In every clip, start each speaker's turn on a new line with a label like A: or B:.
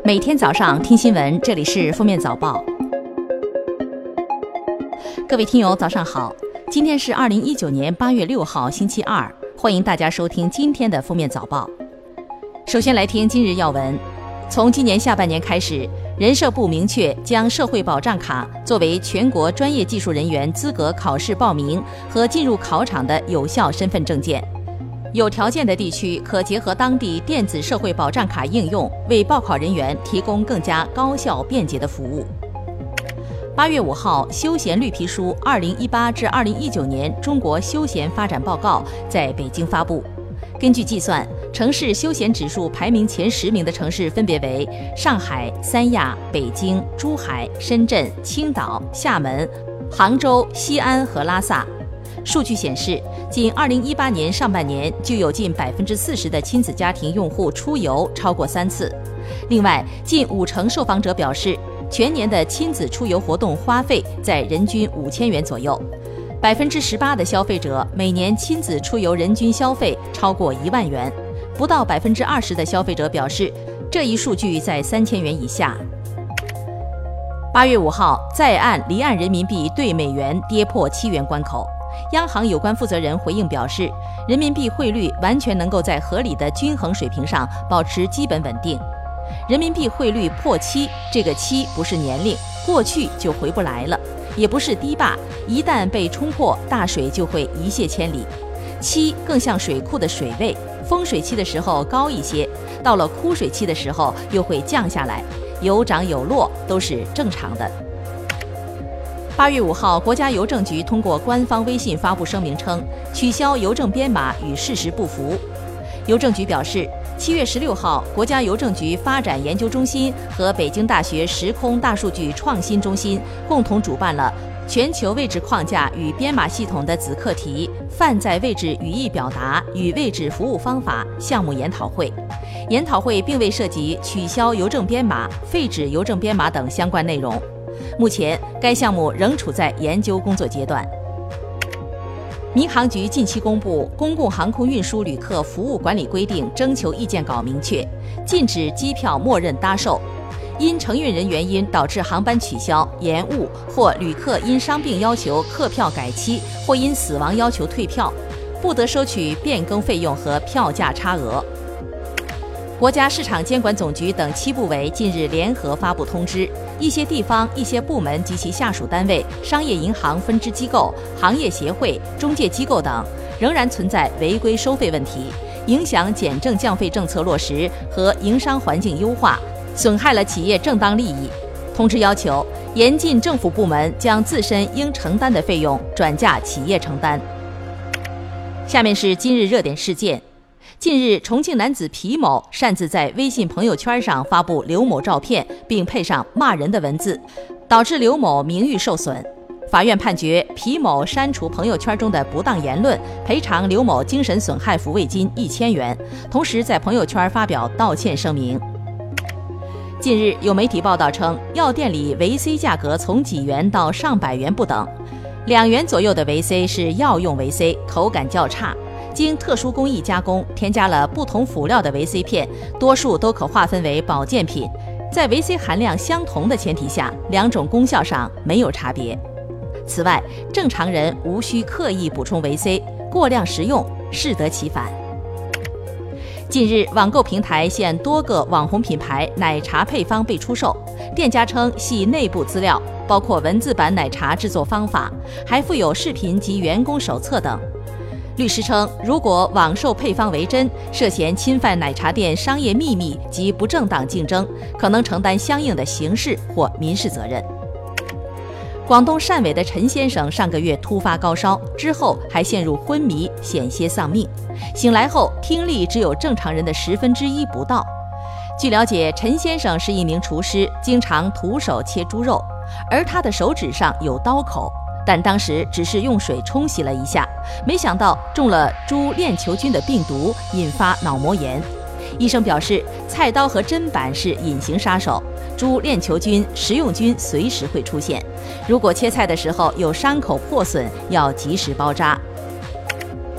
A: 每天早上听新闻，这里是封面早报。各位听友早上好，今天是2019年8月6号星期二，欢迎大家收听今天的封面早报。首先来听今日要闻。从今年下半年开始，人社部明确将社会保障卡作为全国专业技术人员资格考试报名和进入考场的有效身份证件。有条件的地区可结合当地电子社会保障卡应用，为报考人员提供更加高效便捷的服务。8月5号，休闲绿皮书2018至2019年中国休闲发展报告在北京发布。根据计算，城市休闲指数排名前10名的城市分别为上海、三亚、北京、珠海、深圳、青岛、厦门、杭州、西安和拉萨。数据显示，仅2018年上半年就有近40%的亲子家庭用户出游超过3次。另外，近50%受访者表示，全年的亲子出游活动花费在人均5000元左右。18%的消费者每年亲子出游人均消费超过1万元，不到20%的消费者表示，这一数据在3000元以下。8月5号，在岸离岸人民币对美元跌破7元关口。央行有关负责人回应表示，人民币汇率完全能够在合理的均衡水平上保持基本稳定。人民币汇率破7，这个7不是年龄，过去就回不来了，也不是堤坝，一旦被冲破，大水就会一泻千里。7更像水库的水位，丰水期的时候高一些，到了枯水期的时候又会降下来，有涨有落都是正常的。8月5号，国家邮政局通过官方微信发布声明称，取消邮政编码与事实不符。邮政局表示，7月16号，国家邮政局发展研究中心和北京大学时空大数据创新中心共同主办了全球位置框架与编码系统的子课题泛在位置语义表达与位置服务方法项目研讨会。研讨会并未涉及取消邮政编码、废止邮政编码等相关内容。目前，该项目仍处在研究工作阶段。民航局近期公布《公共航空运输旅客服务管理规定》征求意见稿，明确禁止机票默认搭售。因承运人原因导致航班取消、延误，或旅客因伤病要求客票改期，或因死亡要求退票，不得收取变更费用和票价差额。国家市场监管总局等7部委近日联合发布通知，一些地方、一些部门及其下属单位、商业银行分支机构、行业协会、中介机构等仍然存在违规收费问题，影响减政降费政策落实和营商环境优化，损害了企业正当利益。通知要求，严禁政府部门将自身应承担的费用转嫁企业承担。下面是今日热点事件。近日，重庆男子皮某擅自在微信朋友圈上发布刘某照片，并配上骂人的文字，导致刘某名誉受损。法院判决皮某删除朋友圈中的不当言论，赔偿刘某精神损害抚慰金1000元，同时在朋友圈发表道歉声明。近日，有媒体报道称，药店里维 C 价格从几元到上百元不等，2元左右的维 C 是药用维 C， 口感较差。经特殊工艺加工，添加了不同辅料的维 C 片，多数都可划分为保健品。在维 C 含量相同的前提下，两种功效上没有差别。此外，正常人无需刻意补充维 C， 过量食用适得其反。近日，网购平台现多个网红品牌奶茶配方被出售，店家称系内部资料，包括文字版奶茶制作方法，还附有视频及员工手册等。律师称，如果网售配方为真，涉嫌侵犯奶茶店商业秘密及不正当竞争，可能承担相应的刑事或民事责任。广东汕尾的陈先生上个月突发高烧，之后还陷入昏迷，险些丧命。醒来后，听力只有正常人的1/10不到。据了解，陈先生是一名厨师，经常徒手切猪肉，而他的手指上有刀口。但当时只是用水冲洗了一下，没想到中了猪链球菌的病毒，引发脑膜炎。医生表示，菜刀和砧板是隐形杀手，猪链球菌、食用菌随时会出现。如果切菜的时候有伤口破损，要及时包扎。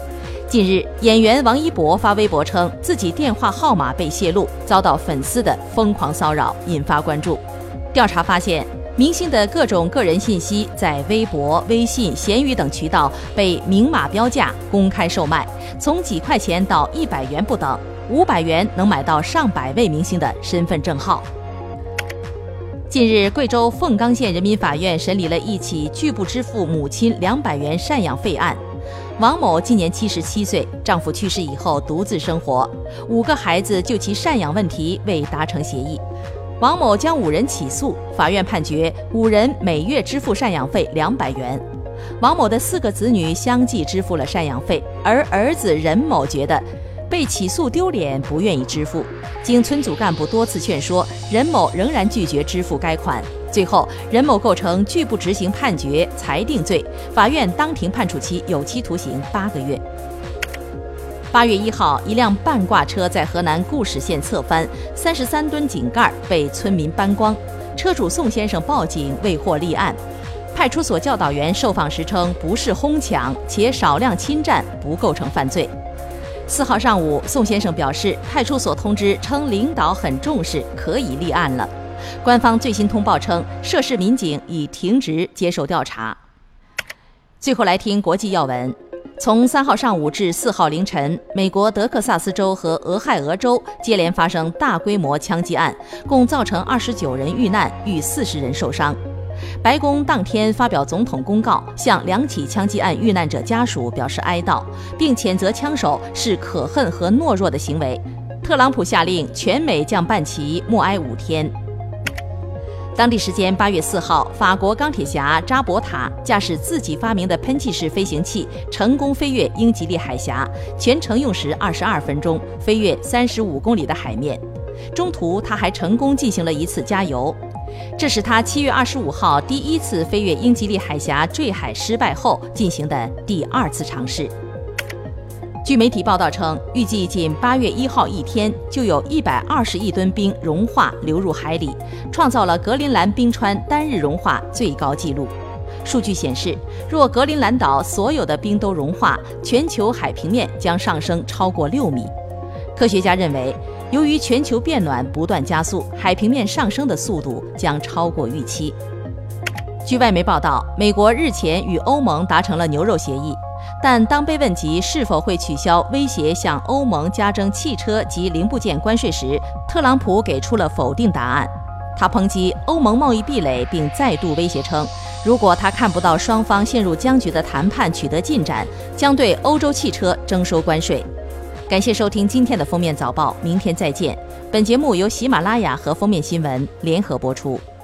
A: 近日，演员王一博发微博称自己电话号码被泄露，遭到粉丝的疯狂骚扰，引发关注。调查发现，明星的各种个人信息在微博、微信、闲鱼等渠道被明码标价公开售卖，从几块钱到100元不等，500元能买到上百位明星的身份证号。近日，贵州凤冈县人民法院审理了一起拒不支付母亲200元赡养费案。王某今年77岁，丈夫去世以后独自生活，5个孩子就其赡养问题未达成协议。王某将5人起诉，法院判决5人每月支付赡养费200元。王某的4个子女相继支付了赡养费，而儿子任某觉得被起诉丢脸，不愿意支付。经村组干部多次劝说，任某仍然拒绝支付该款。最后，任某构成拒不执行判决，裁定罪，法院当庭判处其有期徒刑8个月。8月1号，一辆半挂车在河南固始县侧翻，33吨井盖被村民搬光。车主宋先生报警未获立案。派出所教导员受访时称，不是哄抢，且少量侵占，不构成犯罪。4号上午，宋先生表示，派出所通知称领导很重视，可以立案了。官方最新通报称，涉事民警已停职接受调查。最后来听国际要闻。从3号上午至4号凌晨，美国德克萨斯州和俄亥俄州接连发生大规模枪击案，共造成29人遇难，逾40人受伤。白宫当天发表总统公告，向2起枪击案遇难者家属表示哀悼，并谴责枪手是可恨和懦弱的行为。特朗普下令全美降半旗，默哀5天。当地时间8月4号，法国钢铁侠扎博塔驾驶自己发明的喷气式飞行器成功飞越英吉利海峡，全程用时22分钟，飞越35公里的海面。中途他还成功进行了一次加油。这是他7月25号第1次飞越英吉利海峡坠海失败后进行的第2次尝试。据媒体报道称，预计仅8月1号一天就有120亿吨冰融化流入海里，创造了格陵兰冰川单日融化最高纪录。数据显示，若格陵兰岛所有的冰都融化，全球海平面将上升超过6米。科学家认为，由于全球变暖不断加速，海平面上升的速度将超过预期。据外媒报道，美国日前与欧盟达成了牛肉协议，但当被问及是否会取消威胁向欧盟加征汽车及零部件关税时，特朗普给出了否定答案。他抨击欧盟贸易壁垒，并再度威胁称，如果他看不到双方陷入僵局的谈判取得进展，将对欧洲汽车征收关税。感谢收听今天的封面早报，明天再见。本节目由喜马拉雅和封面新闻联合播出。